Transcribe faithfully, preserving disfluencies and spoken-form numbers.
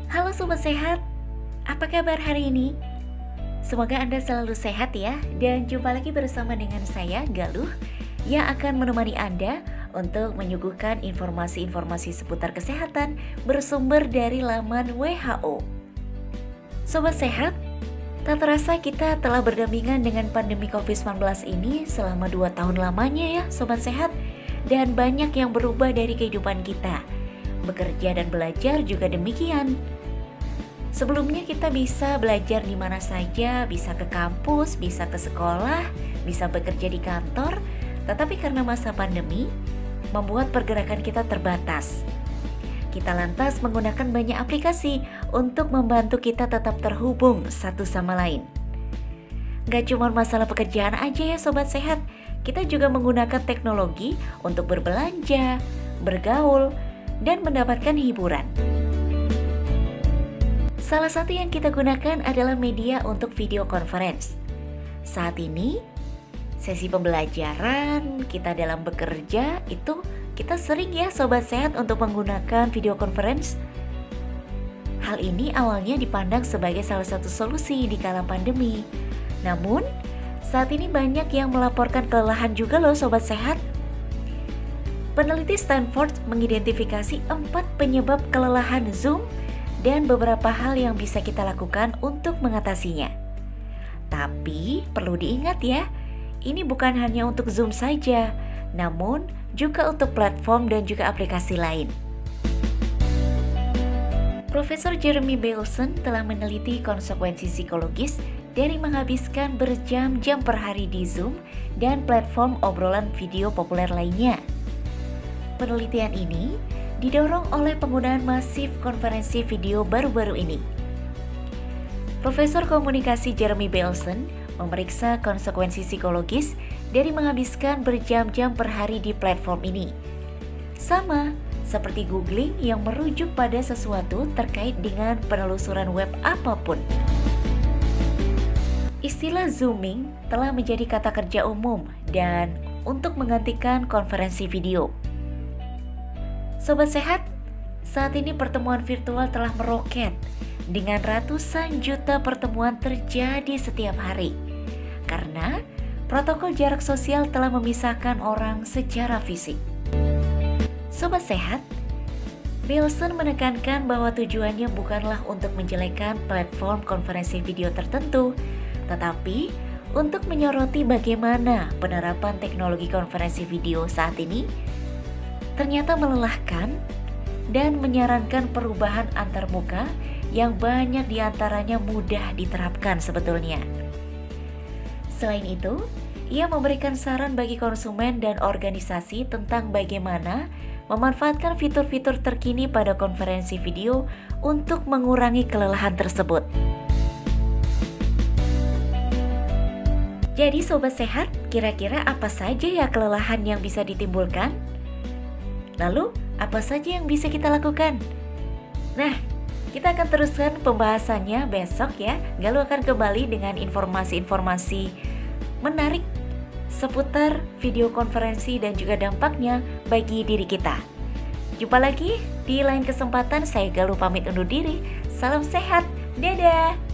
Halo Sobat Sehat, apa kabar hari ini? Semoga Anda selalu sehat ya. Dan jumpa lagi bersama dengan saya, Galuh, yang akan menemani Anda untuk menyuguhkan informasi-informasi seputar kesehatan bersumber dari laman W H O. Sobat Sehat, tak terasa kita telah berdampingan dengan pandemi covid sembilan belas ini selama dua tahun lamanya ya Sobat Sehat. Dan banyak yang berubah dari kehidupan kita. Bekerja dan belajar juga demikian. Sebelumnya kita bisa belajar di mana saja, bisa ke kampus, bisa ke sekolah, bisa bekerja di kantor. Tetapi karena masa pandemi, membuat pergerakan kita terbatas. Kita lantas menggunakan banyak aplikasi untuk membantu kita tetap terhubung satu sama lain. Gak cuma masalah pekerjaan aja ya Sobat Sehat, kita juga menggunakan teknologi untuk berbelanja, bergaul, dan mendapatkan hiburan. Salah satu yang kita gunakan adalah media untuk video conference. Saat ini, sesi pembelajaran kita dalam bekerja itu kita sering ya Sobat Sehat untuk menggunakan video conference. Hal ini awalnya dipandang sebagai salah satu solusi di kala pandemi. Namun, saat ini banyak yang melaporkan kelelahan juga loh Sobat Sehat. Peneliti Stanford mengidentifikasi empat penyebab kelelahan Zoom dan beberapa hal yang bisa kita lakukan untuk mengatasinya. Tapi perlu diingat ya, ini bukan hanya untuk Zoom saja, namun juga untuk platform dan juga aplikasi lain. Profesor Jeremy Belson telah meneliti konsekuensi psikologis dari menghabiskan berjam-jam per hari di Zoom dan platform obrolan video populer lainnya. Penelitian ini didorong oleh penggunaan masif konferensi video baru-baru ini. Profesor Komunikasi Jeremy Belson memeriksa konsekuensi psikologis dari menghabiskan berjam-jam per hari di platform ini. Sama seperti googling yang merujuk pada sesuatu terkait dengan penelusuran web apapun. Istilah zooming telah menjadi kata kerja umum dan untuk menggantikan konferensi video. Sobat Sehat, saat ini pertemuan virtual telah meroket dengan ratusan juta pertemuan terjadi setiap hari. Karena protokol jarak sosial telah memisahkan orang secara fisik. Sobat Sehat, Belson menekankan bahwa tujuannya bukanlah untuk menjelekkan platform konferensi video tertentu, tetapi untuk menyoroti bagaimana penerapan teknologi konferensi video saat ini ternyata melelahkan dan menyarankan perubahan antarmuka yang banyak diantaranya mudah diterapkan sebetulnya. Selain itu, ia memberikan saran bagi konsumen dan organisasi tentang bagaimana memanfaatkan fitur-fitur terkini pada konferensi video untuk mengurangi kelelahan tersebut. Jadi Sobat Sehat, kira-kira apa saja ya kelelahan yang bisa ditimbulkan? Lalu, apa saja yang bisa kita lakukan? Nah, kita akan teruskan pembahasannya besok ya. Galuh akan kembali dengan informasi-informasi menarik seputar video konferensi dan juga dampaknya bagi diri kita. Jumpa lagi di lain kesempatan, saya Galuh pamit undur diri. Salam sehat, dadah!